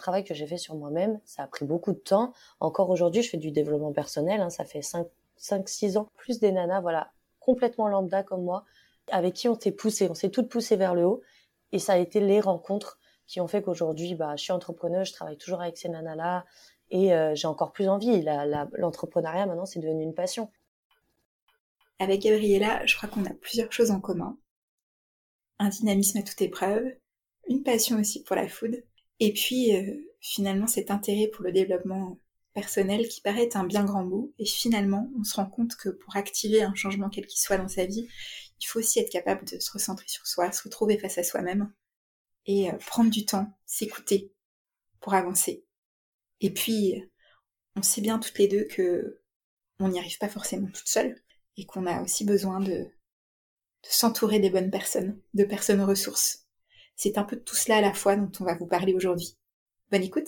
travail que j'ai fait sur moi-même. Ça a pris beaucoup de temps. Encore aujourd'hui, je fais du développement personnel. Ça fait 5-6 ans. Plus des nanas, voilà, complètement lambda comme moi, avec qui on s'est toutes poussées vers le haut. Et ça a été les rencontres qui ont fait qu'aujourd'hui, je suis entrepreneuse, je travaille toujours avec ces nanas-là. Et j'ai encore plus envie. L'entrepreneuriat, maintenant, c'est devenu une passion. Avec Gabriella, je crois qu'on a plusieurs choses en commun. Un dynamisme à toute épreuve, une passion aussi pour la food, et puis finalement cet intérêt pour le développement personnel qui paraît être un bien grand mot, et finalement on se rend compte que pour activer un changement quel qu'il soit dans sa vie, il faut aussi être capable de se recentrer sur soi, se retrouver face à soi-même, et prendre du temps, s'écouter pour avancer. Et puis, on sait bien toutes les deux que on n'y arrive pas forcément toute seule, et qu'on a aussi besoin de s'entourer des bonnes personnes, de personnes ressources. C'est un peu de tout cela à la fois dont on va vous parler aujourd'hui. Bonne écoute!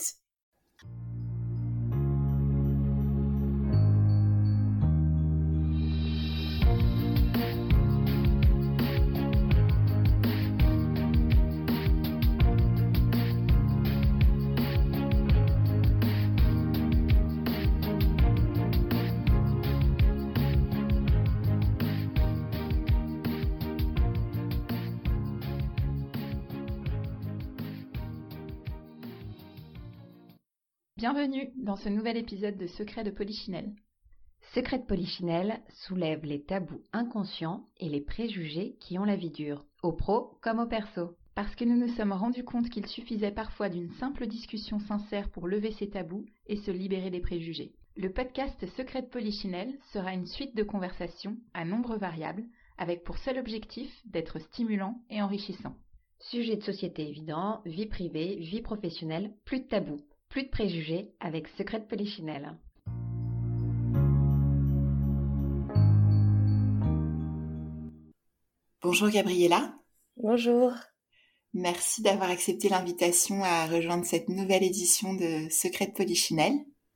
Bienvenue dans ce nouvel épisode de Secrets de Polichinelle. Secrets de Polichinelle soulève les tabous inconscients et les préjugés qui ont la vie dure, au pro comme au perso. Parce que nous nous sommes rendus compte qu'il suffisait parfois d'une simple discussion sincère pour lever ces tabous et se libérer des préjugés. Le podcast Secrets de Polichinelle sera une suite de conversations à nombre variables, avec pour seul objectif d'être stimulant et enrichissant. Sujet de société évident, vie privée, vie professionnelle, plus de tabous. Plus de préjugés avec Secrets de Polichinelle. Bonjour Gabriella. Bonjour. Merci d'avoir accepté l'invitation à rejoindre cette nouvelle édition de Secrets de Polichinelle.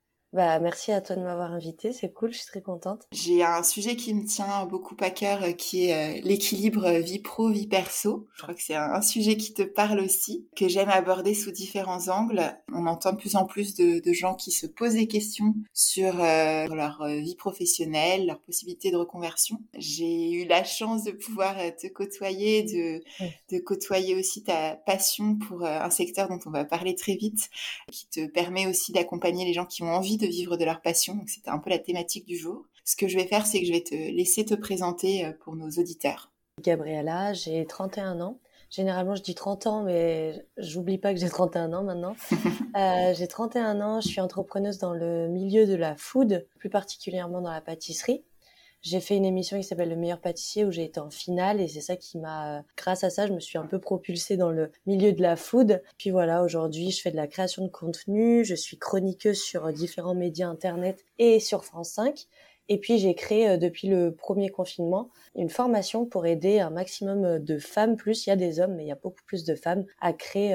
Merci à toi de m'avoir invitée, c'est cool, je suis très contente. J'ai un sujet qui me tient beaucoup à cœur, qui est l'équilibre vie pro, vie perso. Je crois que c'est un sujet qui te parle aussi, que j'aime aborder sous différents angles. On entend de plus en plus de gens qui se posent des questions sur leur vie professionnelle, leurs possibilités de reconversion. J'ai eu la chance de pouvoir te côtoyer, de côtoyer aussi ta passion pour un secteur dont on va parler très vite, qui te permet aussi d'accompagner les gens qui ont envie de vivre de leur passion. Donc c'était un peu la thématique du jour. Ce que je vais faire, c'est que je vais te laisser te présenter pour nos auditeurs. Gabriella, j'ai 31 ans. Généralement, je dis 30 ans, mais j'oublie pas que j'ai 31 ans maintenant. J'ai 31 ans, je suis entrepreneuse dans le milieu de la food, plus particulièrement dans la pâtisserie. J'ai fait une émission qui s'appelle Le meilleur pâtissier où j'ai été en finale et c'est ça qui m'a, grâce à ça, je me suis un peu propulsée dans le milieu de la food. Puis voilà, aujourd'hui, je fais de la création de contenu, je suis chroniqueuse sur différents médias internet et sur France 5. Et puis j'ai créé depuis le premier confinement une formation pour aider un maximum de femmes, plus il y a des hommes, mais il y a beaucoup plus de femmes, à créer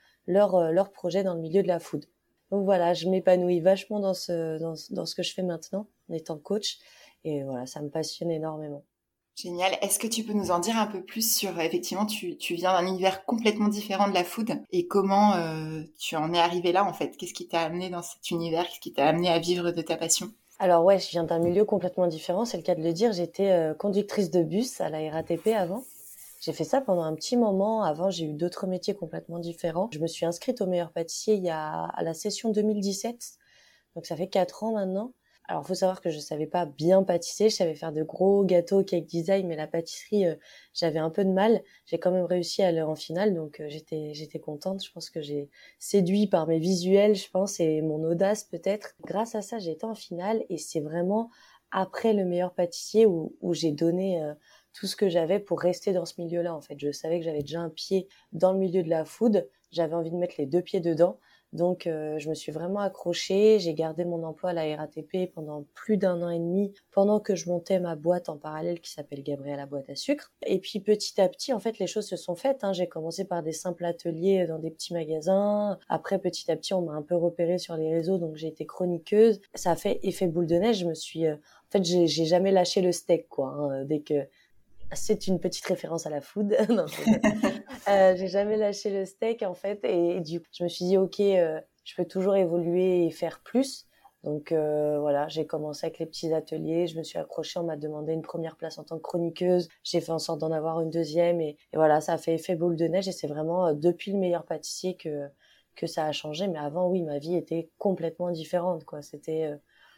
leur projet dans le milieu de la food. Donc voilà, je m'épanouis vachement dans ce que je fais maintenant, en étant coach. Et voilà, ça me passionne énormément. Génial. Est-ce que tu peux nous en dire un peu plus sur, effectivement, tu viens d'un univers complètement différent de la food et comment tu en es arrivé là en fait? Qu'est-ce qui t'a amené dans cet univers? Qu'est-ce qui t'a amené à vivre de ta passion? Alors ouais, je viens d'un milieu complètement différent, c'est le cas de le dire. J'étais conductrice de bus à la RATP avant. J'ai fait ça pendant un petit moment. Avant, j'ai eu d'autres métiers complètement différents. Je me suis inscrite au meilleur pâtissier à la session 2017. Donc ça fait 4 ans maintenant. Alors, faut savoir que je savais pas bien pâtisser, je savais faire de gros gâteaux, cake design, mais la pâtisserie, j'avais un peu de mal. J'ai quand même réussi à aller en finale, donc j'étais contente. Je pense que j'ai séduit par mes visuels, je pense, et mon audace peut-être. Grâce à ça, j'ai été en finale, et c'est vraiment après le meilleur pâtissier où j'ai donné tout ce que j'avais pour rester dans ce milieu-là. En fait, je savais que j'avais déjà un pied dans le milieu de la food, j'avais envie de mettre les 2 pieds dedans. Donc, je me suis vraiment accrochée. J'ai gardé mon emploi à la RATP pendant plus d'1 an et demi, pendant que je montais ma boîte en parallèle qui s'appelle Gabriella Boîte à Sucre. Et puis, petit à petit, en fait, les choses se sont faites. J'ai commencé par des simples ateliers dans des petits magasins. Après, petit à petit, on m'a un peu repérée sur les réseaux, donc j'ai été chroniqueuse. Ça a fait effet boule de neige. Je me suis, en fait, j'ai jamais lâché le steak, quoi. Dès que c'est une petite référence à la food. Non, j'ai jamais lâché le steak en fait, et du coup je me suis dit ok, je peux toujours évoluer et faire plus. Donc voilà, j'ai commencé avec les petits ateliers, je me suis accrochée, on m'a demandé une première place en tant que chroniqueuse, j'ai fait en sorte d'en avoir une deuxième et voilà, ça a fait effet boule de neige et c'est vraiment depuis le meilleur pâtissier que ça a changé. Mais avant, oui, ma vie était complètement différente, quoi. C'était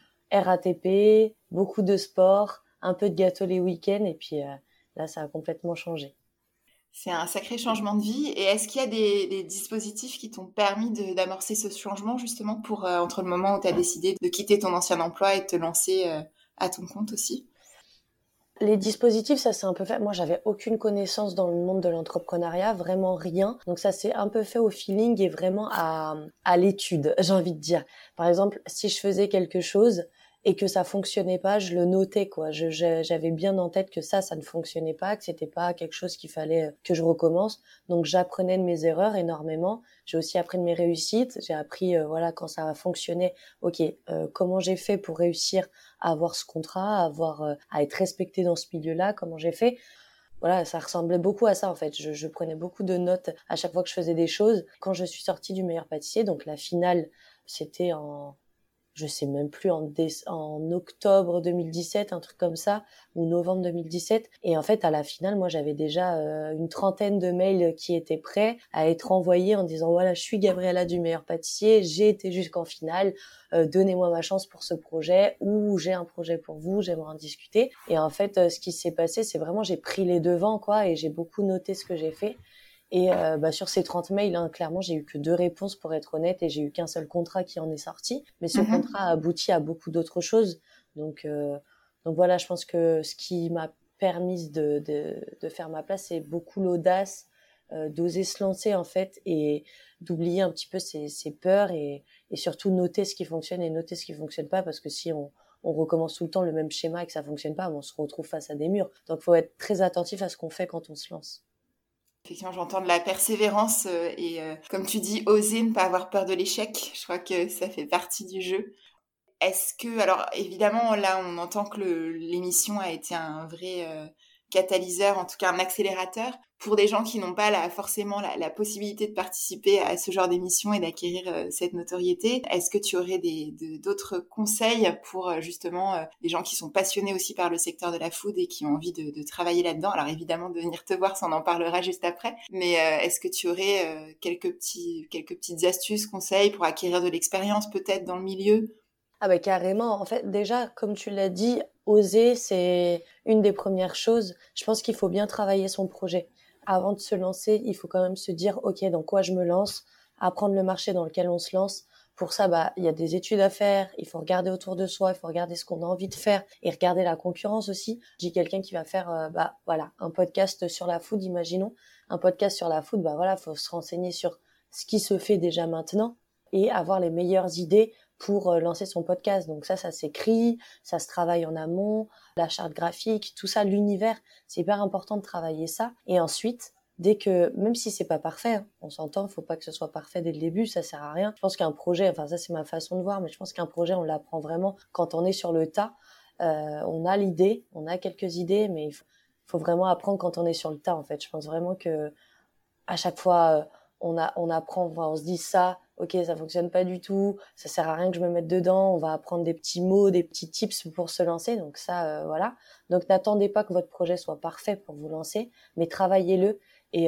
RATP, beaucoup de sport, un peu de gâteau les week-ends et puis là, ça a complètement changé. C'est un sacré changement de vie. Et est-ce qu'il y a des dispositifs qui t'ont permis d'amorcer ce changement justement pour entre le moment où tu as décidé de quitter ton ancien emploi et de te lancer à ton compte aussi? Les dispositifs, ça s'est un peu fait. Moi, j'avais aucune connaissance dans le monde de l'entrepreneuriat, vraiment rien. Donc ça s'est un peu fait au feeling et vraiment à l'étude, j'ai envie de dire. Par exemple, si je faisais quelque chose et que ça fonctionnait pas, je le notais, quoi. J'avais bien en tête que ça ne fonctionnait pas, que c'était pas quelque chose qu'il fallait que je recommence. Donc j'apprenais de mes erreurs énormément. J'ai aussi appris de mes réussites. J'ai appris, voilà, quand ça a fonctionné, ok, comment j'ai fait pour réussir à avoir ce contrat, à être respectée dans ce milieu-là, comment j'ai fait. Voilà, ça ressemblait beaucoup à ça en fait. Je prenais beaucoup de notes à chaque fois que je faisais des choses. Quand je suis sortie du meilleur pâtissier, donc la finale, c'était je sais même plus, en octobre 2017, un truc comme ça, ou novembre 2017. Et en fait, à la finale, moi, j'avais déjà une trentaine de mails qui étaient prêts à être envoyés en disant, voilà, je suis Gabriella du meilleur pâtissier, j'ai été jusqu'en finale, donnez-moi ma chance pour ce projet, ou j'ai un projet pour vous, j'aimerais en discuter. Et en fait, ce qui s'est passé, c'est vraiment, j'ai pris les devants, quoi, et j'ai beaucoup noté ce que j'ai fait. Et sur ces 30 mails, hein, clairement, j'ai eu que 2 réponses pour être honnête et j'ai eu qu'un seul contrat qui en est sorti. Mais ce contrat a abouti à beaucoup d'autres choses. Donc voilà, je pense que ce qui m'a permis de faire ma place, c'est beaucoup l'audace, d'oser se lancer en fait et d'oublier un petit peu ses peurs et surtout noter ce qui fonctionne et noter ce qui fonctionne pas parce que si on recommence tout le temps le même schéma et que ça fonctionne pas, on se retrouve face à des murs. Donc, faut être très attentif à ce qu'on fait quand on se lance. Effectivement, j'entends de la persévérance et comme tu dis, oser ne pas avoir peur de l'échec. Je crois que ça fait partie du jeu. Est-ce que, alors évidemment, là, on entend que l'émission a été un vrai catalyseur, en tout cas un accélérateur, pour des gens qui n'ont pas forcément la possibilité de participer à ce genre d'émission et d'acquérir cette notoriété. Est-ce que tu aurais d'autres conseils pour justement des gens qui sont passionnés aussi par le secteur de la food et qui ont envie de travailler là-dedans? Alors évidemment, de venir te voir, ça on en parlera juste après. Mais est-ce que tu aurais quelques petites astuces, conseils pour acquérir de l'expérience peut-être dans le milieu? Ah bah carrément, en fait déjà comme tu l'as dit, oser c'est une des premières choses. Je pense qu'il faut bien travailler son projet. Avant de se lancer, il faut quand même se dire OK, dans quoi je me lance, apprendre le marché dans lequel on se lance. Pour ça, il y a des études à faire, il faut regarder autour de soi, il faut regarder ce qu'on a envie de faire et regarder la concurrence aussi. J'ai quelqu'un qui va faire voilà, un podcast sur la food, imaginons, un podcast sur la food, voilà, faut se renseigner sur ce qui se fait déjà maintenant et avoir les meilleures idées pour lancer son podcast. Donc ça s'écrit, ça se travaille en amont, la charte graphique, tout ça, l'univers, c'est hyper important de travailler ça. Et ensuite, dès que, même si c'est pas parfait, hein, on s'entend, faut pas que ce soit parfait dès le début, ça sert à rien. Je pense qu'un projet, enfin ça c'est ma façon de voir, mais je pense qu'un projet on l'apprend vraiment quand on est sur le tas. On a l'idée, on a quelques idées, mais faut vraiment apprendre quand on est sur le tas en fait. Je pense vraiment que à chaque fois on apprend, on se dit ça, ok, ça fonctionne pas du tout, ça sert à rien que je me mette dedans, on va apprendre des petits mots, des petits tips pour se lancer, donc ça, voilà. Donc n'attendez pas que votre projet soit parfait pour vous lancer, mais travaillez-le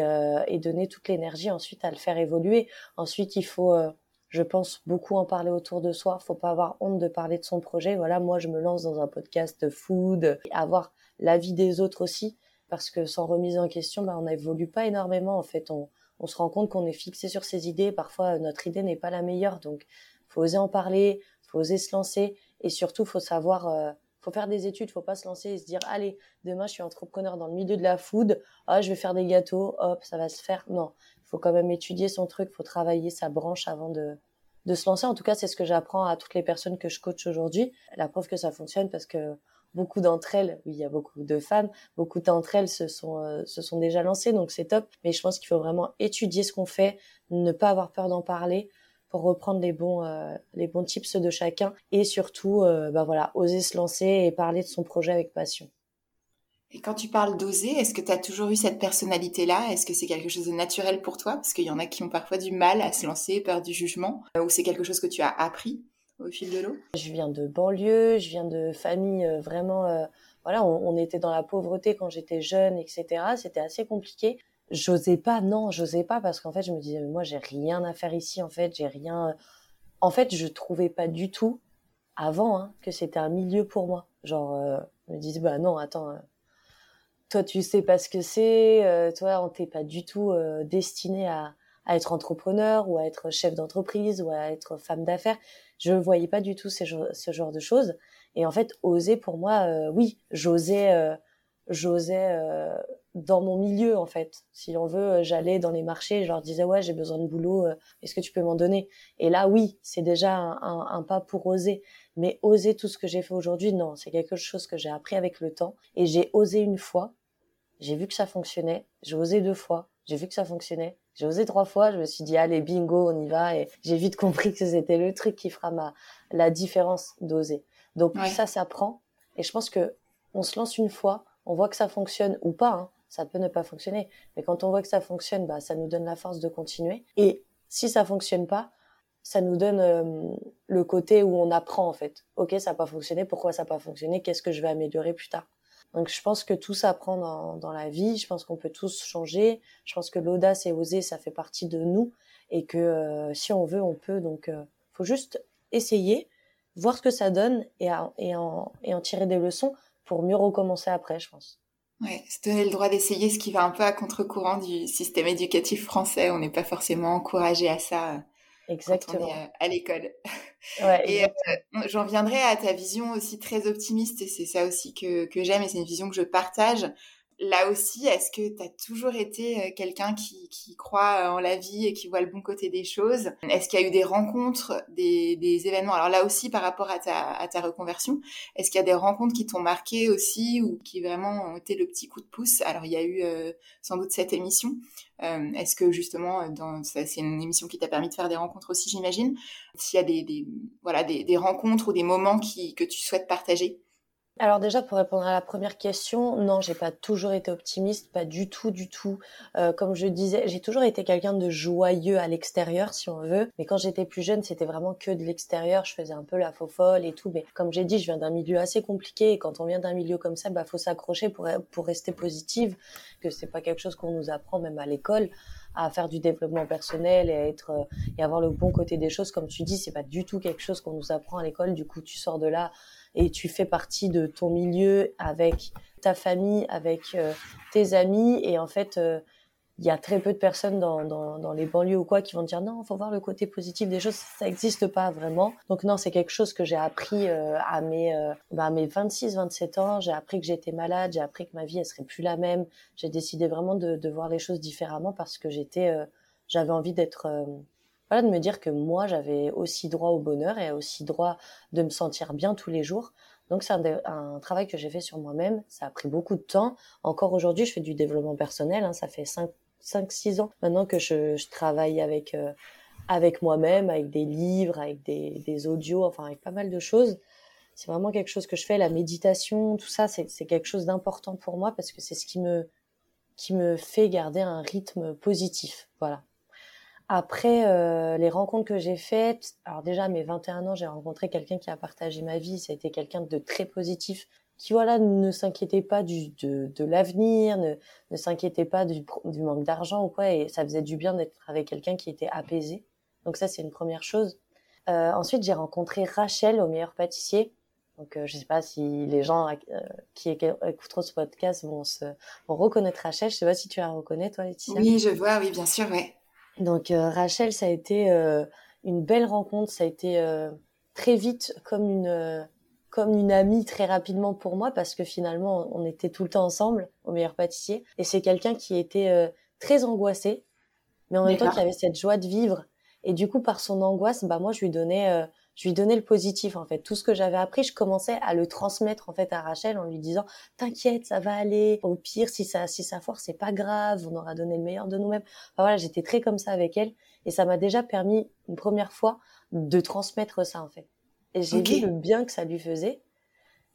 et donnez toute l'énergie ensuite à le faire évoluer. Ensuite, il faut, je pense, beaucoup en parler autour de soi, faut pas avoir honte de parler de son projet. Voilà, moi je me lance dans un podcast food, avoir l'avis des autres aussi, parce que sans remise en question, on n'évolue pas énormément en fait, on se rend compte qu'on est fixé sur ses idées. Parfois, notre idée n'est pas la meilleure. Donc, faut oser en parler, faut oser se lancer. Et surtout, faut savoir, faut faire des études, faut pas se lancer et se dire, allez, demain, je suis entrepreneur dans le milieu de la food. Ah, je vais faire des gâteaux. Hop, ça va se faire. Non. Faut quand même étudier son truc. Faut travailler sa branche avant de se lancer. En tout cas, c'est ce que j'apprends à toutes les personnes que je coach aujourd'hui. La preuve que ça fonctionne parce que beaucoup d'entre elles, oui, il y a beaucoup de femmes, beaucoup d'entre elles se sont déjà lancées, donc c'est top. Mais je pense qu'il faut vraiment étudier ce qu'on fait, ne pas avoir peur d'en parler pour reprendre les bons tips de chacun et surtout, voilà, oser se lancer et parler de son projet avec passion. Et quand tu parles d'oser, est-ce que tu as toujours eu cette personnalité-là? Est-ce que c'est quelque chose de naturel pour toi? Parce qu'il y en a qui ont parfois du mal à se lancer, peur du jugement, ou c'est quelque chose que tu as appris au fil de l'eau? Je viens de banlieue, je viens de famille vraiment... voilà, on était dans la pauvreté quand j'étais jeune, etc. C'était assez compliqué. J'osais pas, non, j'osais pas parce qu'en fait, je me disais, moi, j'ai rien à faire ici, en fait, j'ai rien... En fait, je trouvais pas du tout, avant, hein, que c'était un milieu pour moi. Genre, je me disais, bah non, attends, toi, tu sais pas ce que c'est, toi, on t'est pas du tout destiné à être entrepreneur ou à être chef d'entreprise ou à être femme d'affaires. Je voyais pas du tout ce genre de choses. Et en fait, oser pour moi, oui, j'osais dans mon milieu en fait. Si on veut, j'allais dans les marchés, je leur disais ouais, j'ai besoin de boulot, est-ce que tu peux m'en donner? Et là, oui, c'est déjà un pas pour oser. Mais oser tout ce que j'ai fait aujourd'hui, non, c'est quelque chose que j'ai appris avec le temps. Et j'ai osé une fois, j'ai vu que ça fonctionnait. J'ai osé 2 fois. J'ai vu que ça fonctionnait. J'ai osé 3 fois. Je me suis dit, allez, bingo, on y va. Et j'ai vite compris que c'était le truc qui fera la différence d'oser. Donc, Ouais. ça s'apprend. Et je pense que on se lance une fois, on voit que ça fonctionne ou pas, hein. Ça peut ne pas fonctionner. Mais quand on voit que ça fonctionne, bah, ça nous donne la force de continuer. Et si ça fonctionne pas, ça nous donne le côté où on apprend, en fait. Ok, ça n'a pas fonctionné. Pourquoi ça n'a pas fonctionné? Qu'est-ce que je vais améliorer plus tard? Donc je pense que tout s'apprend dans la vie, je pense qu'on peut tous changer, je pense que l'audace et oser, ça fait partie de nous, et que si on veut, on peut. Donc faut juste essayer, voir ce que ça donne et en tirer des leçons pour mieux recommencer après, je pense. Ouais, se donner le droit d'essayer, ce qui va un peu à contre-courant du système éducatif français. On n'est pas forcément encouragé à ça quand on est Exactement. à l'école. Ouais, Et exactement. j'en viendrai à ta vision aussi très optimiste, et c'est ça aussi que j'aime, et c'est une vision que je partage. Là aussi, est-ce que tu as toujours été quelqu'un qui croit en la vie et qui voit le bon côté des choses? Est-ce qu'il y a eu des rencontres, des événements? Alors là aussi, par rapport à ta reconversion, est-ce qu'il y a des rencontres qui t'ont marqué aussi ou qui vraiment ont été le petit coup de pouce? Alors il y a eu sans doute cette émission. Est-ce que justement, c'est une émission qui t'a permis de faire des rencontres aussi, j'imagine? S'il y a voilà, des rencontres ou des moments que tu souhaites partager? Alors déjà, pour répondre à la première question, non, j'ai pas toujours été optimiste, pas du tout, du tout. Comme je disais, j'ai toujours été quelqu'un de joyeux à l'extérieur, si on veut. Mais quand j'étais plus jeune, c'était vraiment que de l'extérieur. Je faisais un peu la faux folle et tout. Mais comme j'ai dit, je viens d'un milieu assez compliqué. Et quand on vient d'un milieu comme ça, bah, faut s'accrocher pour rester positive. Que c'est pas quelque chose qu'on nous apprend même à l'école, à faire du développement personnel et à être et avoir le bon côté des choses. Comme tu dis, c'est pas du tout quelque chose qu'on nous apprend à l'école. Du coup, tu sors de là et tu fais partie de ton milieu avec ta famille, avec tes amis, et en fait, il y a très peu de personnes dans les banlieues ou quoi qui vont te dire non, faut voir le côté positif des choses, ça n'existe pas vraiment. Donc non, c'est quelque chose que j'ai appris à mes 26-27 ans, j'ai appris que j'étais malade, j'ai appris que ma vie elle serait plus la même, j'ai décidé vraiment de voir les choses différemment parce que j'avais envie d'être voilà, de me dire que moi j'avais aussi droit au bonheur et aussi droit de me sentir bien tous les jours. Donc c'est un travail que j'ai fait sur moi-même, ça a pris beaucoup de temps. Encore aujourd'hui, je fais du développement personnel, hein, ça fait 5-6 ans maintenant que je travaille avec moi-même, avec des livres, avec des audios, enfin avec pas mal de choses. C'est vraiment quelque chose que je fais, la méditation, tout ça, c'est quelque chose d'important pour moi parce que c'est ce qui me fait garder un rythme positif. Voilà. Après, les rencontres que j'ai faites, alors déjà à mes 21 ans, j'ai rencontré quelqu'un qui a partagé ma vie, ça a été quelqu'un de très positif, qui voilà ne s'inquiétait pas de l'avenir, ne s'inquiétait pas du manque d'argent ou quoi, et ça faisait du bien d'être avec quelqu'un qui était apaisé. Donc ça, c'est une première chose. Ensuite, j'ai rencontré Rachel au meilleur pâtissier. Donc je sais pas si les gens qui écouteront ce podcast vont reconnaître Rachel. Je sais pas si tu la reconnais, toi, Laetitia. Oui, je vois, oui, bien sûr, ouais. Donc Rachel, ça a été une belle rencontre, ça a été très vite comme une amie très rapidement pour moi parce que finalement on était tout le temps ensemble au meilleur pâtissier, et c'est quelqu'un qui était très angoissé mais en même temps qui D'accord. avait cette joie de vivre, et du coup par son angoisse, bah moi je lui donnais le positif en fait. Tout ce que j'avais appris, je commençais à le transmettre en fait à Rachel en lui disant t'inquiète, ça va aller. Au pire, si ça foire, c'est pas grave, on aura donné le meilleur de nous-mêmes. Enfin voilà, j'étais très comme ça avec elle, et ça m'a déjà permis une première fois de transmettre ça en fait. Et j'ai Ok. vu le bien que ça lui faisait.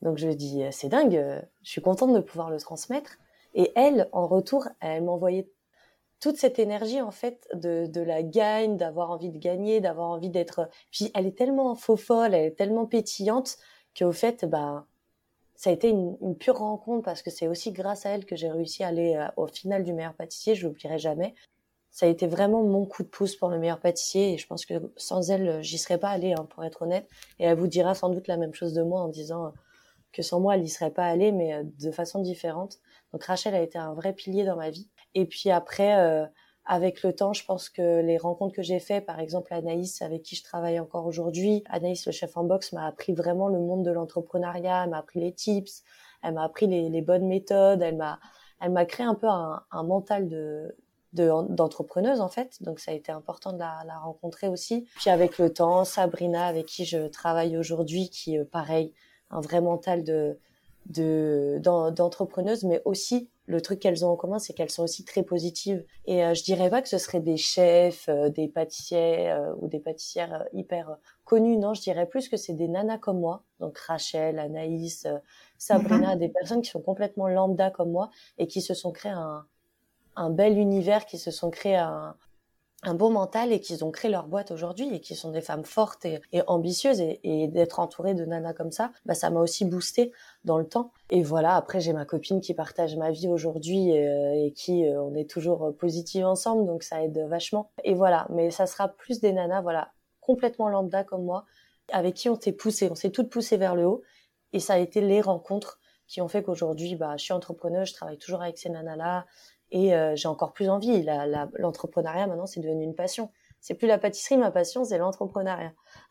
Donc je lui dis, c'est dingue, je suis contente de pouvoir le transmettre. Et elle, en retour, elle m'envoyait toute cette énergie, en fait, de la gagne, d'avoir envie de gagner, d'avoir envie d'être... Puis elle est tellement faux-folle, elle est tellement pétillante qu'au fait, bah, ça a été une pure rencontre parce que c'est aussi grâce à elle que j'ai réussi à aller au final du meilleur pâtissier, je l'oublierai jamais. Ça a été vraiment mon coup de pouce pour le meilleur pâtissier et je pense que sans elle, j'y serais pas allée, hein, pour être honnête. Et elle vous dira sans doute la même chose de moi en disant que sans moi, elle y serait pas allée, mais de façon différente. Donc Rachel a été un vrai pilier dans ma vie. Et puis après, avec le temps, je pense que les rencontres que j'ai faites, par exemple Anaïs, avec qui je travaille encore aujourd'hui, Anaïs, le chef en boxe, m'a appris vraiment le monde de l'entrepreneuriat, elle m'a appris les tips, elle m'a appris les bonnes méthodes, elle m'a créé un peu un mental d'entrepreneuse en fait, donc ça a été important de la rencontrer aussi. Puis avec le temps, Sabrina avec qui je travaille aujourd'hui, qui pareil, un vrai mental d'entrepreneuse, mais aussi le truc qu'elles ont en commun, c'est qu'elles sont aussi très positives. Et je dirais pas que ce seraient des chefs, des pâtissiers ou des pâtissières hyper connues. Non, je dirais plus que c'est des nanas comme moi. Donc Rachel, Anaïs, Sabrina, des personnes qui sont complètement lambda comme moi et qui se sont créées un bel univers, qui se sont créés un bon mental et qui ont créé leur boîte aujourd'hui et qui sont des femmes fortes et ambitieuses et d'être entourée de nanas comme ça, bah ça m'a aussi boosté dans le temps. Et voilà, après j'ai ma copine qui partage ma vie aujourd'hui et qui on est toujours positive ensemble, donc ça aide vachement. Et voilà, mais ça sera plus des nanas voilà, complètement lambda comme moi, avec qui on s'est toutes poussées vers le haut et ça a été les rencontres qui ont fait qu'aujourd'hui bah je suis entrepreneuse, je travaille toujours avec ces nanas-là. Et j'ai encore plus envie. L'entrepreneuriat, maintenant, c'est devenu une passion. C'est plus la pâtisserie, ma passion, c'est l'entrepreneuriat.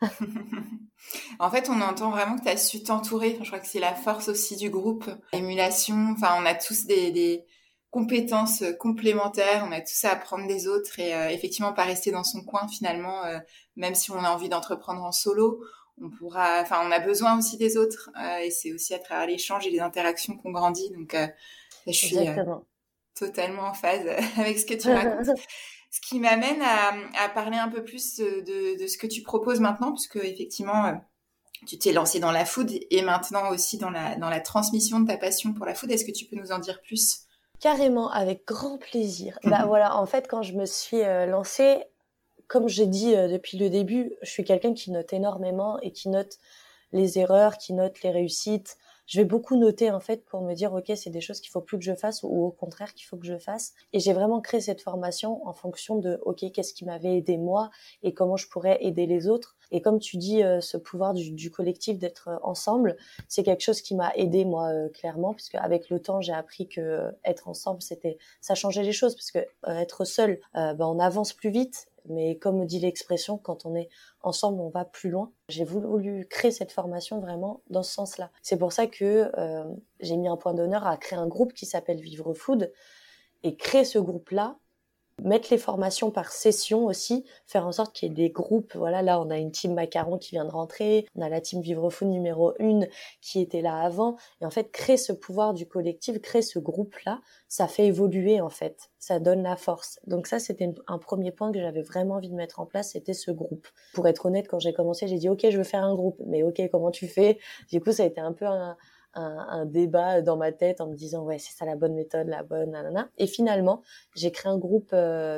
En fait, on entend vraiment que tu as su t'entourer. Je crois que c'est la force aussi du groupe. L'émulation, enfin, on a tous des compétences complémentaires. On a tous à apprendre des autres et effectivement, pas rester dans son coin finalement. Même si on a envie d'entreprendre en solo, on a besoin aussi des autres. Et c'est aussi à travers l'échange et les interactions qu'on grandit. Donc, je suis... Exactement. Totalement en phase avec ce que tu racontes. Ce qui m'amène à parler un peu plus de ce que tu proposes maintenant, puisque effectivement, tu t'es lancé dans la food et maintenant aussi dans la transmission de ta passion pour la food. Est-ce que tu peux nous en dire plus ? Carrément, avec grand plaisir. Bah voilà, en fait, quand je me suis lancée, comme j'ai dit depuis le début, je suis quelqu'un qui note énormément et qui note les erreurs, qui note les réussites. Je vais beaucoup noter en fait pour me dire ok c'est des choses qu'il faut plus que je fasse ou au contraire qu'il faut que je fasse. Et j'ai vraiment créé cette formation en fonction de ok qu'est-ce qui m'avait aidé moi et comment je pourrais aider les autres. Et comme tu dis ce pouvoir du collectif d'être ensemble, c'est quelque chose qui m'a aidé moi clairement puisque avec le temps j'ai appris que être ensemble ça changeait les choses parce que être seul on avance plus vite. Mais comme dit l'expression, quand on est ensemble, on va plus loin. J'ai voulu créer cette formation vraiment dans ce sens-là. C'est pour ça que j'ai mis un point d'honneur à créer un groupe qui s'appelle Vivre Food et créer ce groupe-là, mettre les formations par session aussi, faire en sorte qu'il y ait des groupes. Voilà, là, on a une team macaron qui vient de rentrer, on a la team Vivre Food numéro 1 qui était là avant. Et en fait, créer ce pouvoir du collectif, créer ce groupe-là, ça fait évoluer en fait, ça donne la force. Donc ça, c'était un premier point que j'avais vraiment envie de mettre en place, c'était ce groupe. Pour être honnête, quand j'ai commencé, j'ai dit ok, je veux faire un groupe, mais ok, comment tu fais ? Du coup, ça a été un peu un débat dans ma tête en me disant ouais c'est ça la bonne méthode, la bonne nanana. Et finalement j'ai créé un groupe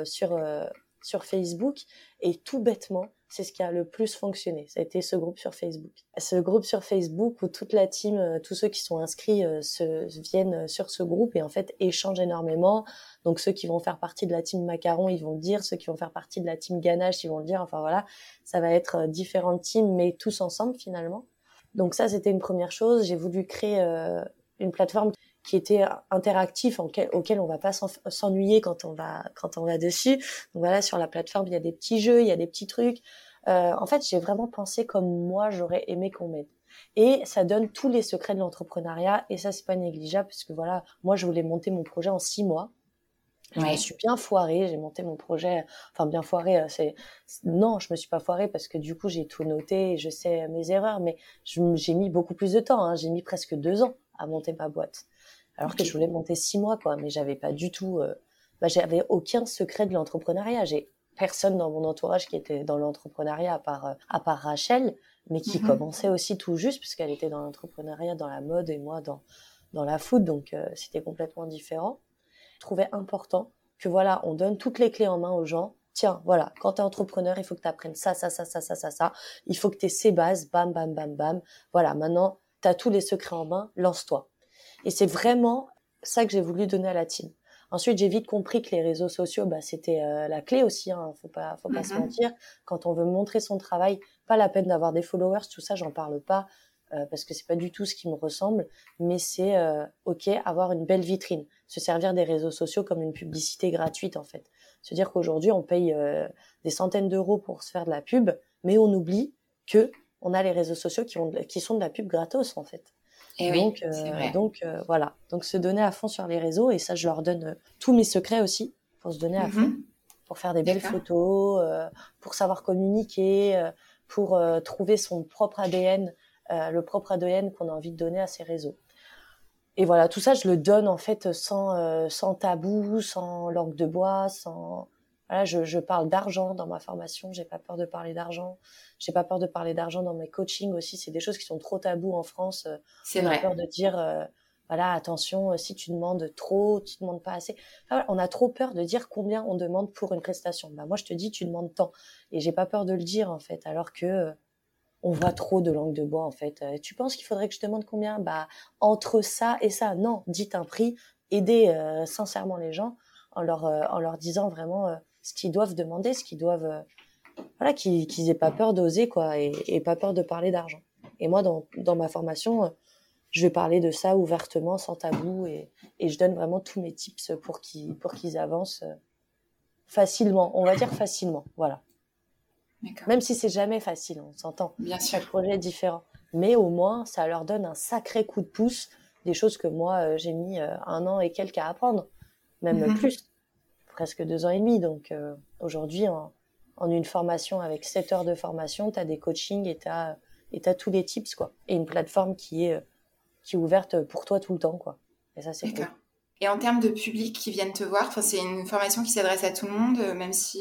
sur Facebook et tout bêtement c'est ce qui a le plus fonctionné, ça a été ce groupe sur Facebook. Ce groupe sur Facebook où toute la team, tous ceux qui sont inscrits viennent sur ce groupe et en fait échangent énormément. Donc ceux qui vont faire partie de la team macaron ils vont le dire, ceux qui vont faire partie de la team ganache ils vont le dire, enfin voilà, ça va être différentes teams mais tous ensemble finalement. Donc ça, c'était une première chose. J'ai voulu créer une plateforme qui était interactive, auquel on va pas s'ennuyer quand on va dessus. Donc voilà, sur la plateforme, il y a des petits jeux, il y a des petits trucs. En fait, j'ai vraiment pensé comme moi, j'aurais aimé qu'on m'aide. Et ça donne tous les secrets de l'entrepreneuriat. Et ça, c'est pas négligeable, parce que voilà, moi, je voulais monter mon projet en 6 mois. Je me suis bien foirée, j'ai monté mon projet, enfin bien foirée, non, je me suis pas foirée parce que du coup j'ai tout noté et je sais mes erreurs, mais j'ai mis beaucoup plus de temps, hein, j'ai mis presque 2 ans à monter ma boîte, alors que je voulais monter 6 mois quoi, mais j'avais pas du tout, j'avais aucun secret de l'entrepreneuriat, j'ai personne dans mon entourage qui était dans l'entrepreneuriat à part Rachel, mais qui commençait aussi tout juste, puisqu'elle était dans l'entrepreneuriat, dans la mode, et moi dans la food, donc c'était complètement différent. Je trouvais important que voilà, on donne toutes les clés en main aux gens. Tiens, voilà, quand t'es entrepreneur, il faut que t'apprennes ça. Il faut que t'aies ces bases, bam, bam, bam, bam. Voilà, maintenant, t'as tous les secrets en main, lance-toi. Et c'est vraiment ça que j'ai voulu donner à la team. Ensuite, j'ai vite compris que les réseaux sociaux, c'était la clé aussi, hein. Faut pas se mentir. Quand on veut montrer son travail, pas la peine d'avoir des followers, tout ça, j'en parle pas, parce que c'est pas du tout ce qui me ressemble. Mais c'est ok, avoir une belle vitrine, se servir des réseaux sociaux comme une publicité gratuite en fait. Se dire qu'aujourd'hui, on paye des centaines d'euros pour se faire de la pub, mais on oublie que on a les réseaux sociaux qui sont de la pub gratos en fait. Et donc, oui, c'est vrai. voilà. Donc, se donner à fond sur les réseaux, et ça, je leur donne tous mes secrets aussi pour se donner à fond, pour faire des belles photos, pour savoir communiquer, pour trouver son propre ADN, le propre ADN qu'on a envie de donner à ces réseaux. Et voilà, tout ça, je le donne en fait sans tabou, sans langue de bois, sans... Voilà, je parle d'argent dans ma formation, j'ai pas peur de parler d'argent. J'ai pas peur de parler d'argent dans mes coachings aussi, c'est des choses qui sont trop tabous en France. C'est on vrai. a peur de dire, voilà, attention, si tu demandes trop, tu demandes pas assez. Enfin, voilà, on a trop peur de dire combien on demande pour une prestation. Moi, je te dis, tu demandes tant. Et j'ai pas peur de le dire, en fait, alors que on voit trop de langue de bois, en fait. Tu penses qu'il faudrait que je te demande combien? Entre ça et ça. Non, dites un prix. Aidez sincèrement les gens en leur disant vraiment ce qu'ils doivent demander, ce qu'ils doivent... voilà, qu'ils aient pas peur d'oser, quoi, et pas peur de parler d'argent. Et moi, dans ma formation, je vais parler de ça ouvertement, sans tabou, et je donne vraiment tous mes tips pour qu'ils avancent facilement. On va dire facilement, voilà. D'accord. Même si c'est jamais facile, on s'entend. Bien sûr. Chaque projet est différent. Mais au moins, ça leur donne un sacré coup de pouce, des choses que moi, j'ai mis 1 an et quelques à apprendre, même plus, presque 2 ans et demi. Donc aujourd'hui, en une formation avec 7 heures de formation, tu as des coachings et tu as tous les tips, quoi. Et une plateforme qui est ouverte pour toi tout le temps, quoi. Et ça, c'est cool. D'accord. Et en termes de public qui viennent te voir, c'est une formation qui s'adresse à tout le monde, même si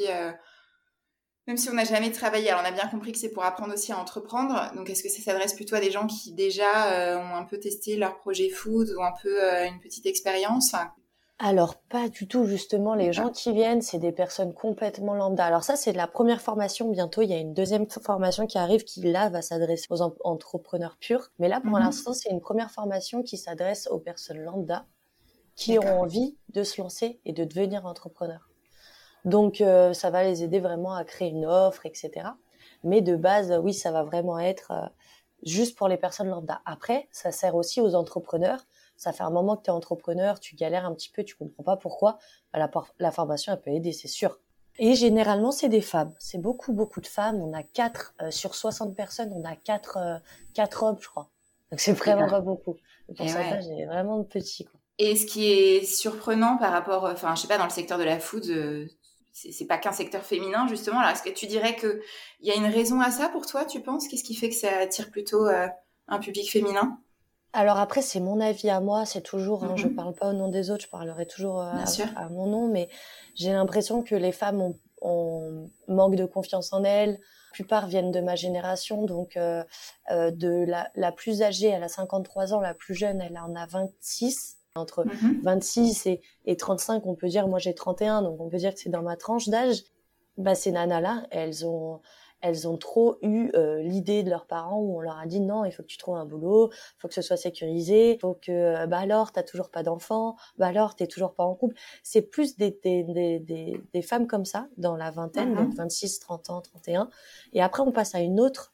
on n'a jamais travaillé. Alors, on a bien compris que c'est pour apprendre aussi à entreprendre. Donc, est-ce que ça s'adresse plutôt à des gens qui déjà ont un peu testé leur projet food ou un peu une petite expérience? Alors, pas du tout, justement. Les gens qui viennent, c'est des personnes complètement lambda. Alors ça, c'est la première formation. Bientôt, il y a une deuxième formation qui arrive qui, là, va s'adresser aux entrepreneurs purs. Mais là, pour l'instant, c'est une première formation qui s'adresse aux personnes lambda qui ont envie de se lancer et de devenir entrepreneurs. Donc, ça va les aider vraiment à créer une offre, etc. Mais de base, oui, ça va vraiment être juste pour les personnes lambda. Après, ça sert aussi aux entrepreneurs. Ça fait un moment que tu es entrepreneur, tu galères un petit peu, tu comprends pas pourquoi. La formation, elle peut aider, c'est sûr. Et généralement, c'est des femmes. C'est beaucoup de femmes. On a 4 sur 60 personnes, on a 4 hommes, je crois. Donc, c'est vraiment pas beaucoup. Le pourcentage est vraiment petit, quoi. Et ce qui est surprenant par rapport, je sais pas, dans le secteur de la food, c'est pas qu'un secteur féminin, justement. Alors, est-ce que tu dirais qu'il y a une raison à ça pour toi, tu penses? Qu'est-ce qui fait que ça attire plutôt un public féminin? Alors après, c'est mon avis à moi, c'est toujours, je parle pas au nom des autres, je parlerai toujours à mon nom, mais j'ai l'impression que les femmes ont manque de confiance en elles. La plupart viennent de ma génération, donc de la plus âgée, elle a 53 ans, la plus jeune, elle en a 26. Entre 26 et 35, on peut dire, moi j'ai 31, donc on peut dire que c'est dans ma tranche d'âge. Ces nanas-là, elles ont trop eu l'idée de leurs parents où on leur a dit non, il faut que tu trouves un boulot, il faut que ce soit sécurisé, il faut que alors t'as toujours pas d'enfants, alors t'es toujours pas en couple. C'est plus des femmes comme ça dans la vingtaine, donc 26, 30 ans, 31. Et après on passe à une autre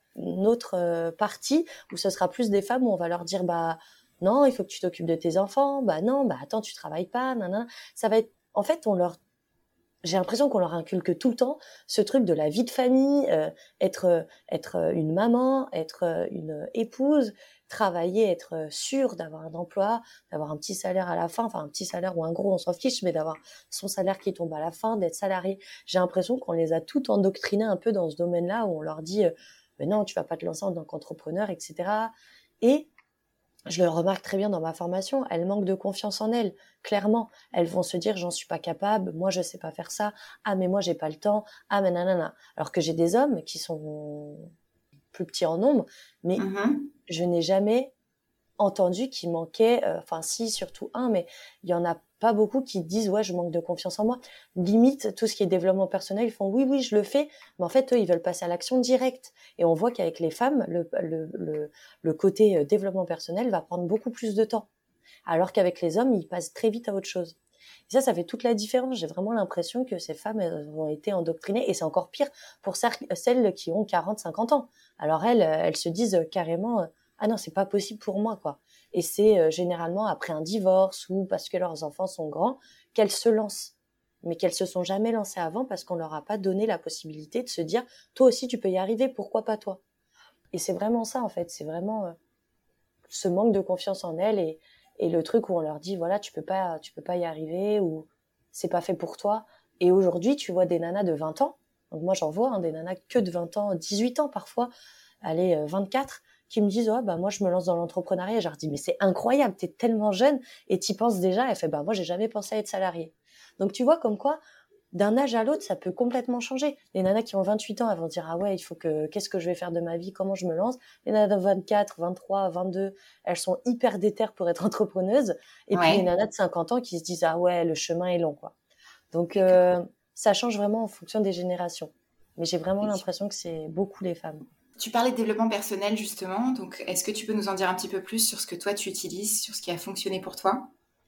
partie où ce sera plus des femmes où on va leur dire non, il faut que tu t'occupes de tes enfants, non, attends, tu travailles pas, nanana. Ça va être, en fait, j'ai l'impression qu'on leur inculque tout le temps ce truc de la vie de famille, être une maman, être une épouse, travailler, être sûre d'avoir un emploi, d'avoir un petit salaire à la fin, enfin un petit salaire ou un gros, on s'en fiche, mais d'avoir son salaire qui tombe à la fin, d'être salarié. J'ai l'impression qu'on les a toutes endoctrinées un peu dans ce domaine-là où on leur dit mais non, tu vas pas te lancer en tant qu'entrepreneur, etc. Et je le remarque très bien dans ma formation, elles manquent de confiance en elles, clairement. Elles vont se dire, j'en suis pas capable, moi je sais pas faire ça, ah mais moi j'ai pas le temps, ah mais nanana. Alors que j'ai des hommes qui sont plus petits en nombre, mais je n'ai jamais entendu qu'il manquait, enfin si, surtout un, mais il y en a pas beaucoup qui disent ouais je manque de confiance en moi. Limite tout ce qui est développement personnel, ils font oui je le fais, mais en fait eux ils veulent passer à l'action directe. Et on voit qu'avec les femmes le côté développement personnel va prendre beaucoup plus de temps, alors qu'avec les hommes ils passent très vite à autre chose. Et ça fait toute la différence. J'ai vraiment l'impression que ces femmes elles ont été endoctrinées, et c'est encore pire pour celles qui ont 40-50 ans. Alors elles se disent carrément ah non, c'est pas possible pour moi, quoi. Et c'est généralement après un divorce ou parce que leurs enfants sont grands qu'elles se lancent. Mais qu'elles se sont jamais lancées avant parce qu'on leur a pas donné la possibilité de se dire, toi aussi tu peux y arriver, pourquoi pas toi? Et c'est vraiment ça, en fait. C'est vraiment ce manque de confiance en elles et le truc où on leur dit, voilà, tu peux pas y arriver ou c'est pas fait pour toi. Et aujourd'hui, tu vois des nanas de 20 ans. Donc moi, j'en vois, des nanas que de 20 ans, 18 ans parfois, allez, 24, qui me disent, moi, je me lance dans l'entrepreneuriat. Je leur dis, mais c'est incroyable, t'es tellement jeune et t'y penses déjà. Elle fait, moi, j'ai jamais pensé à être salariée. Donc, tu vois, comme quoi, d'un âge à l'autre, ça peut complètement changer. Les nanas qui ont 28 ans, elles vont dire, ah ouais, qu'est-ce que je vais faire de ma vie? Comment je me lance? Les nanas de 24, 23, 22, elles sont hyper déterres pour être entrepreneuses. Et puis, les nanas de 50 ans qui se disent, ah ouais, le chemin est long, quoi. Donc, ça change vraiment en fonction des générations. Mais j'ai vraiment l'impression que c'est beaucoup les femmes. Tu parlais de développement personnel, justement. Donc, est-ce que tu peux nous en dire un petit peu plus sur ce que toi, tu utilises, sur ce qui a fonctionné pour toi?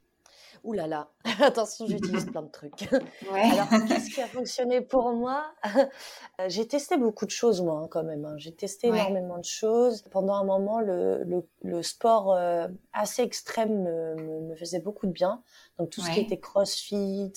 Ouh là là, attention, j'utilise plein de trucs. Ouais. Alors, qu'est-ce qui a fonctionné pour moi? J'ai testé beaucoup de choses, moi, quand même. J'ai testé énormément de choses. Pendant un moment, le sport assez extrême me faisait beaucoup de bien. Donc, tout ce qui était crossfit,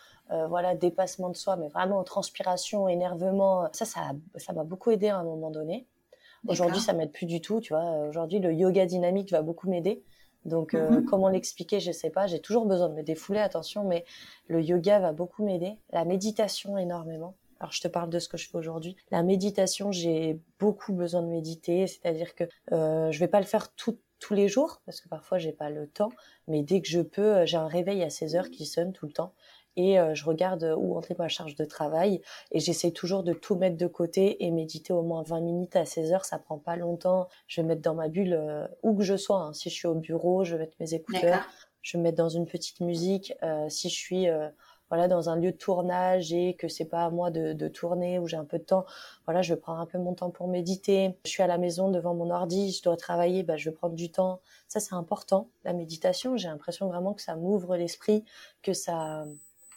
dépassement de soi, mais vraiment transpiration, énervement, ça m'a beaucoup aidé à un moment donné. Aujourd'hui, ça m'aide plus du tout, tu vois. Aujourd'hui, le yoga dynamique va beaucoup m'aider. Donc, comment l'expliquer, je sais pas. J'ai toujours besoin de me défouler, attention, mais le yoga va beaucoup m'aider. La méditation, énormément. Alors, je te parle de ce que je fais aujourd'hui. La méditation, j'ai beaucoup besoin de méditer. C'est-à-dire que je vais pas le faire tous les jours, parce que parfois, j'ai pas le temps. Mais dès que je peux, j'ai un réveil à 16 heures qui sonne tout le temps. Et je regarde où entrer ma charge de travail et j'essaie toujours de tout mettre de côté et méditer au moins 20 minutes à 16 heures, ça prend pas longtemps. Je vais mettre dans ma bulle où que je sois. Si je suis au bureau, je vais mettre mes écouteurs, je vais mettre dans une petite musique. Si je suis dans un lieu de tournage et que c'est pas à moi de tourner ou j'ai un peu de temps, je vais prendre un peu mon temps pour méditer. Je suis à la maison devant mon ordi, je dois travailler, je vais prendre du temps. Ça, c'est important. La méditation, j'ai l'impression vraiment que ça m'ouvre l'esprit, que ça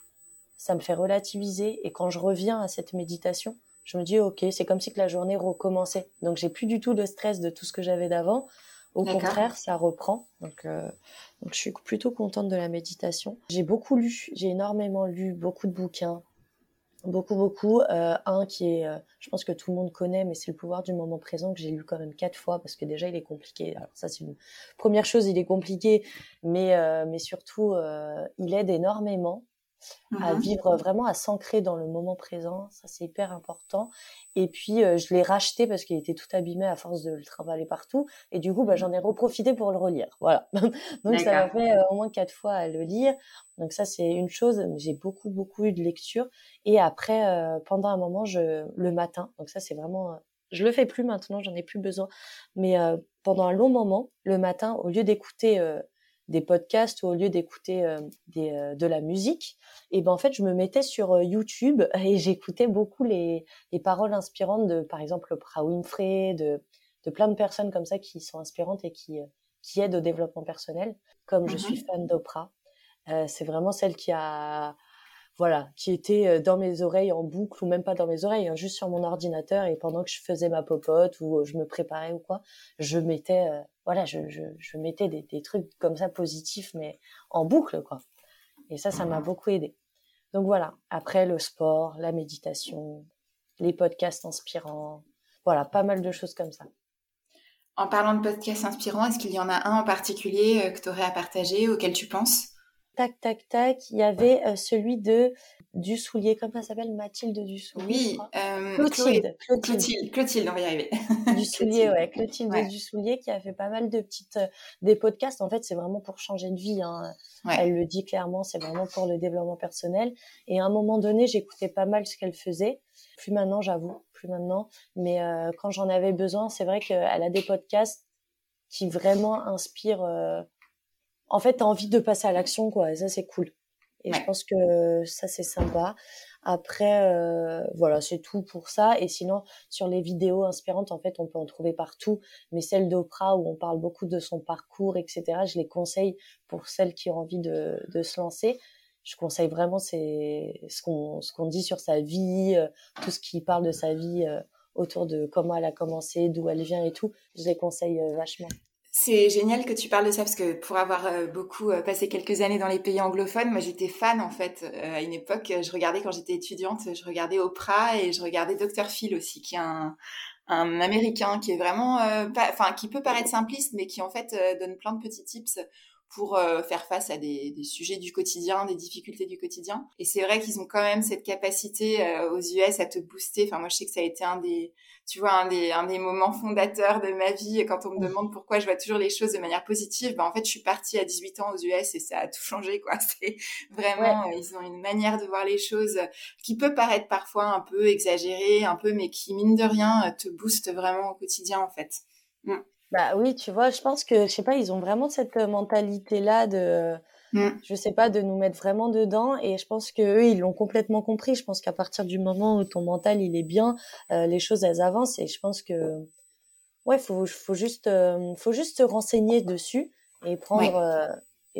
me fait relativiser. Et quand je reviens à cette méditation, je me dis, ok, c'est comme si que la journée recommençait. Donc, j'ai plus du tout le stress de tout ce que j'avais d'avant. Au contraire, ça reprend. Donc, je suis plutôt contente de la méditation. J'ai beaucoup lu, j'ai énormément lu, beaucoup de bouquins. Beaucoup. Un qui est, je pense que tout le monde connaît, mais c'est Le pouvoir du moment présent, que j'ai lu quand même 4 fois, parce que déjà, il est compliqué. Alors ça, c'est une première chose, il est compliqué, mais surtout, il aide énormément à vivre vraiment, à s'ancrer dans le moment présent. Ça, c'est hyper important. Et puis, je l'ai racheté parce qu'il était tout abîmé à force de le trimballer partout. Et du coup, j'en ai reprofité pour le relire. Voilà. Donc, ça m'a fait au moins 4 fois à le lire. Donc, ça, c'est une chose. J'ai beaucoup eu de lecture. Et après, pendant un moment, le matin, donc ça, c'est vraiment... je le fais plus maintenant, j'en ai plus besoin. Mais pendant un long moment, le matin, au lieu d'écouter... des podcasts ou au lieu d'écouter de la musique, et en fait je me mettais sur YouTube et j'écoutais beaucoup les paroles inspirantes de par exemple Oprah Winfrey, de plein de personnes comme ça qui sont inspirantes et qui aident au développement personnel. Comme je suis fan d'Oprah, c'est vraiment celle qui était dans mes oreilles en boucle, ou même pas dans mes oreilles, juste sur mon ordinateur, et pendant que je faisais ma popote ou je me préparais ou quoi, je mettais je mettais des trucs comme ça positifs, mais en boucle, quoi. Et ça m'a beaucoup aidé. Donc voilà, après le sport, la méditation, les podcasts inspirants, pas mal de choses comme ça. En parlant de podcasts inspirants, est-ce qu'il y en a un en particulier que tu aurais à partager, auquel tu penses ? tac, tac, tac. Il y avait celui de Dussoulier. Comment ça s'appelle? Mathilde Dussoulier, je Oui, crois. Chloé, Clotilde. Clotilde, on va y arriver. Dussoulier, ouais. Clotilde Ouais. Dussoulier qui a fait pas mal de des podcasts. En fait, c'est vraiment pour changer de vie, hein. Ouais. Elle le dit clairement, c'est vraiment pour le développement personnel. Et à un moment donné, j'écoutais pas mal ce qu'elle faisait. Plus maintenant, j'avoue, plus maintenant. Mais quand j'en avais besoin, c'est vrai qu'elle a des podcasts qui vraiment inspirent. En fait, t'as envie de passer à l'action, quoi. Et ça, c'est cool. Et je pense que ça, c'est sympa. Après, voilà, c'est tout pour ça. Et sinon, sur les vidéos inspirantes, en fait, on peut en trouver partout. Mais celle d'Oprah, où on parle beaucoup de son parcours, etc., je les conseille pour celles qui ont envie de se lancer. Je conseille vraiment ce qu'on dit sur sa vie, tout ce qui parle de sa vie, autour de comment elle a commencé, d'où elle vient et tout. Je les conseille vachement. C'est génial que tu parles de ça parce que pour avoir beaucoup passé quelques années dans les pays anglophones, moi j'étais fan en fait à une époque. Je regardais quand j'étais étudiante, je regardais Oprah et je regardais Dr Phil aussi, qui est un Américain qui est vraiment, qui peut paraître simpliste, mais qui en fait donne plein de petits tips pour faire face à des sujets du quotidien, des difficultés du quotidien. Et c'est vrai qu'ils ont quand même cette capacité aux US à te booster. Enfin, moi, je sais que ça a été un des moments fondateurs de ma vie. Quand on me demande pourquoi je vois toujours les choses de manière positive, en fait, je suis partie à 18 ans aux US et ça a tout changé, quoi. C'est vraiment, ils ont une manière de voir les choses qui peut paraître parfois un peu exagérée, mais qui, mine de rien, te booste vraiment au quotidien, en fait. Bah oui, tu vois, je pense que, je sais pas, ils ont vraiment cette mentalité-là je sais pas, de nous mettre vraiment dedans. Et je pense que eux, ils l'ont complètement compris. Je pense qu'à partir du moment où ton mental, il est bien, les choses, elles avancent. Et je pense que, ouais, faut juste se renseigner dessus et prendre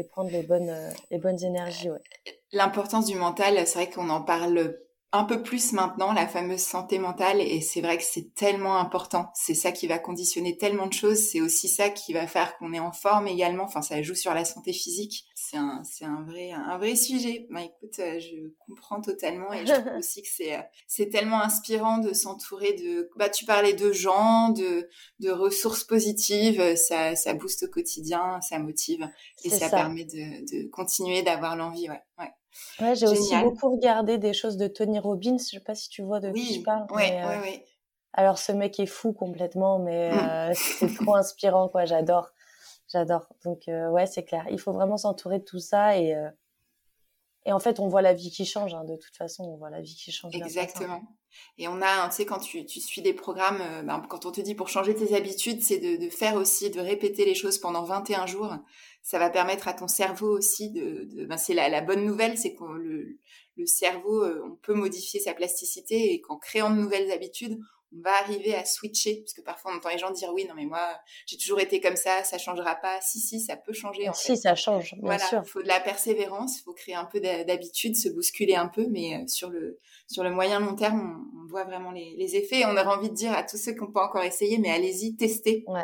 les bonnes énergies, ouais. L'importance du mental, c'est vrai qu'on en parle un peu plus maintenant, la fameuse santé mentale, et c'est vrai que c'est tellement important. C'est ça qui va conditionner tellement de choses. C'est aussi ça qui va faire qu'on est en forme également. Enfin, ça joue sur la santé physique. C'est un vrai sujet. Bah, écoute, je comprends totalement et je trouve aussi que c'est tellement inspirant de s'entourer tu parlais de gens, de ressources positives. Ça booste au quotidien, ça motive et ça permet de continuer d'avoir l'envie, ouais. Ouais, j'ai aussi Génial. beaucoup regardé des choses de Tony Robbins. Je sais pas si tu vois de qui je parle. Oui. Alors, ce mec est fou complètement, mais c'est trop inspirant, quoi. J'adore. Donc, ouais, c'est clair. Il faut vraiment s'entourer de tout ça et en fait, on voit la vie qui change, hein. De toute façon, on voit la vie qui change. Exactement. Et on a, tu sais, quand tu suis des programmes, quand on te dit pour changer tes habitudes, c'est de faire aussi, de répéter les choses pendant 21 jours. Ça va permettre à ton cerveau aussi c'est la bonne nouvelle, c'est que le cerveau, on peut modifier sa plasticité et qu'en créant de nouvelles habitudes, on va arriver à switcher. Parce que parfois, on entend les gens dire, oui, non, mais moi, j'ai toujours été comme ça changera pas. Si, ça peut changer, en fait. Si, ça change, bien sûr. Il faut de la persévérance, il faut créer un peu d'habitude, se bousculer un peu, mais sur le moyen long terme, on voit vraiment les effets. Et on aurait envie de dire à tous ceux qui n'ont pas encore essayé, mais allez-y, testez. Ouais.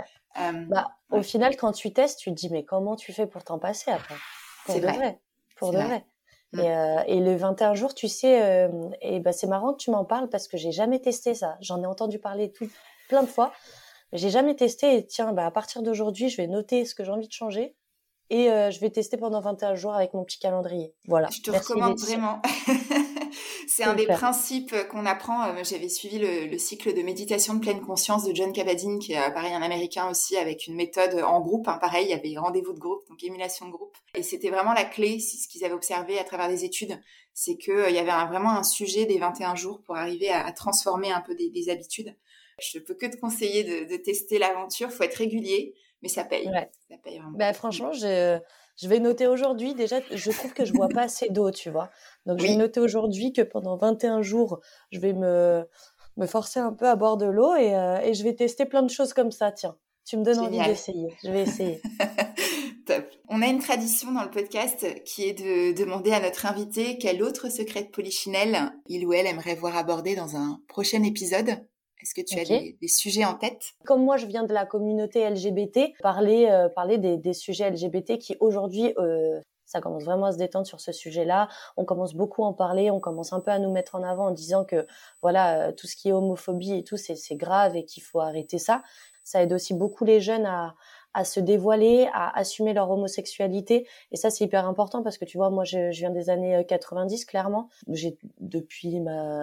Au final, quand tu testes, tu te dis, mais comment tu fais pour t'en passer après? Pour de vrai. Et le 21 jours, tu sais, c'est marrant que tu m'en parles parce que j'ai jamais testé ça. J'en ai entendu parler plein de fois. J'ai jamais testé et tiens, à partir d'aujourd'hui, je vais noter ce que j'ai envie de changer et je vais tester pendant 21 jours avec mon petit calendrier. Voilà. Je te recommande vraiment. C'est un des principes qu'on apprend. J'avais suivi le cycle de méditation de pleine conscience de John Kabat-Zinn, qui est pareil, un Américain aussi, avec une méthode en groupe. Pareil, il y avait rendez-vous de groupe, donc émulation de groupe. Et c'était vraiment la clé, c'est ce qu'ils avaient observé à travers des études, c'est qu'il y avait vraiment un sujet des 21 jours pour arriver à transformer un peu des habitudes. Je peux que te conseiller de tester l'aventure. Faut être régulier, mais ça paye. Ouais. Ça paye vraiment. Franchement, je vais noter aujourd'hui. Déjà, je trouve que je bois pas assez d'eau, tu vois. Donc, je vais noter aujourd'hui que pendant 21 jours, je vais me forcer un peu à boire de l'eau et je vais tester plein de choses comme ça. Tiens, tu me donnes envie d'essayer. Je vais essayer. Top. On a une tradition dans le podcast qui est de demander à notre invité quel autre secret de Polichinelle il ou elle aimerait voir abordé dans un prochain épisode. Est-ce que tu as des sujets en tête? Comme moi, je viens de la communauté LGBT, parler des sujets LGBT qui aujourd'hui, ça commence vraiment à se détendre sur ce sujet-là. On commence beaucoup à en parler, on commence un peu à nous mettre en avant en disant que voilà, tout ce qui est homophobie et tout, c'est grave et qu'il faut arrêter ça. Ça aide aussi beaucoup les jeunes à se dévoiler, à assumer leur homosexualité. Et ça, c'est hyper important parce que tu vois, moi, je viens des années 90, clairement. Depuis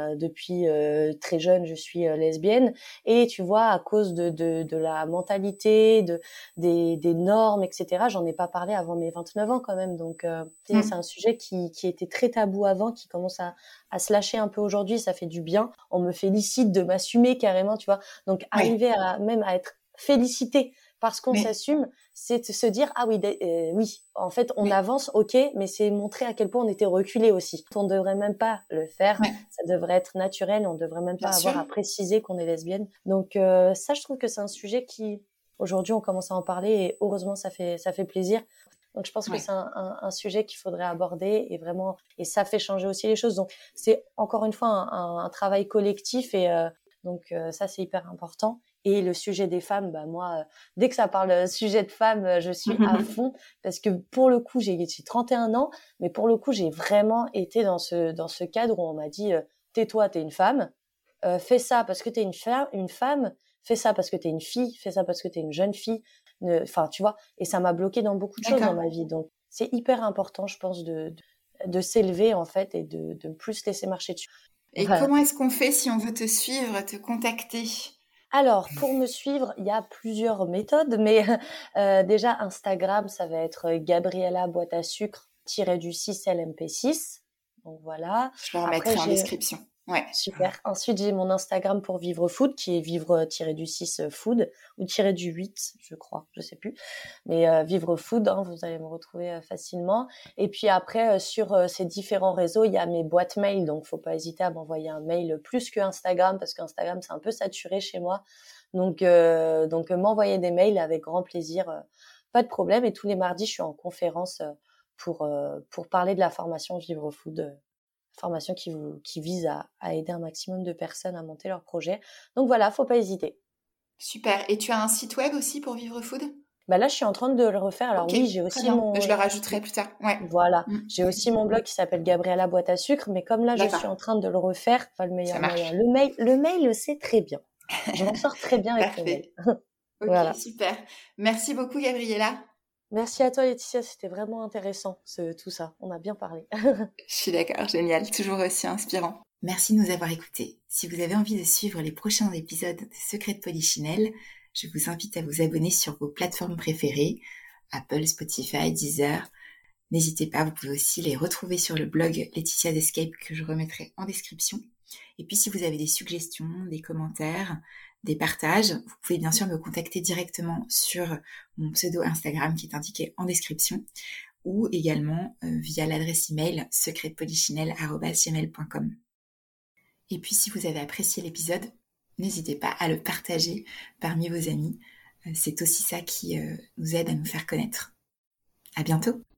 très jeune, je suis lesbienne. Et tu vois, à cause de la mentalité, des normes, etc., j'en ai pas parlé avant mes 29 ans quand même. Donc, c'est un sujet qui était très tabou avant, qui commence à se lâcher un peu aujourd'hui. Ça fait du bien. On me félicite de m'assumer carrément, tu vois. Donc, arriver même à être félicité parce qu'on s'assume, c'est de se dire ah oui, oui, en fait on avance, ok, mais c'est montrer à quel point on était reculé aussi. On devrait même pas le faire, ça devrait être naturel, on devrait même pas avoir à préciser qu'on est lesbienne. Donc ça, je trouve que c'est un sujet qui aujourd'hui on commence à en parler et heureusement ça fait plaisir. Donc je pense que c'est un sujet qu'il faudrait aborder et vraiment, et ça fait changer aussi les choses. Donc c'est encore une fois un travail collectif et donc ça c'est hyper important. Et le sujet des femmes, bah moi, dès que ça parle sujet de femmes, je suis à fond parce que pour le coup, j'ai 31 ans, mais pour le coup, j'ai vraiment été dans ce cadre où on m'a dit tais-toi, t'es une femme, fais ça parce que t'es une femme, fais ça parce que t'es une fille, fais ça parce que t'es une jeune fille. Enfin, tu vois, et ça m'a bloqué dans beaucoup de choses dans ma vie. Donc, c'est hyper important, je pense, de s'élever en fait et de ne plus se laisser marcher dessus. Et comment est-ce qu'on fait si on veut te suivre, te contacter ? Alors, pour me suivre, il y a plusieurs méthodes, mais déjà, Instagram, ça va être Gabriella boîte à sucre -du-6 LMP6. Donc voilà. Je le remettrai en description. Ouais. Super. Ensuite, j'ai mon Instagram pour Vivre Food, qui est vivre-du-6 food, ou -du-8, je crois, je sais plus. Mais Vivre Food, hein, vous allez me retrouver facilement. Et puis après, sur ces différents réseaux, il y a mes boîtes mail, donc faut pas hésiter à m'envoyer un mail plus que Instagram, parce qu'Instagram, c'est un peu saturé chez moi. Donc m'envoyer des mails avec grand plaisir, pas de problème. Et tous les mardis, je suis en conférence pour parler de la formation Vivre Food. Formation qui vise à aider un maximum de personnes à monter leur projet. Donc voilà, faut pas hésiter. Super. Et tu as un site web aussi pour Vivre Food ? Bah là, je suis en train de le refaire. Alors oui, j'ai aussi je le rajouterai plus tard. Ouais. Voilà. J'ai aussi mon blog qui s'appelle Gabriella boîte à sucre, mais comme là, je suis en train de le refaire, pas le meilleur moyen. Le mail, c'est très bien. Je m'en sors très bien avec le mail. Ok, voilà. Super. Merci beaucoup, Gabriella. Merci à toi, Laetitia. C'était vraiment intéressant, tout ça. On a bien parlé. Je suis d'accord. Génial. Toujours aussi inspirant. Merci de nous avoir écoutés. Si vous avez envie de suivre les prochains épisodes de Secrets de Polichinelle, je vous invite à vous abonner sur vos plateformes préférées, Apple, Spotify, Deezer. N'hésitez pas, vous pouvez aussi les retrouver sur le blog Laetitia's Escape que je remettrai en description. Et puis si vous avez des suggestions, des commentaires, des partages, vous pouvez bien sûr me contacter directement sur mon pseudo Instagram qui est indiqué en description ou également via l'adresse email secretpolichinelle@gmail.com. Et puis si vous avez apprécié l'épisode, n'hésitez pas à le partager parmi vos amis. C'est aussi ça qui nous aide à nous faire connaître. À bientôt!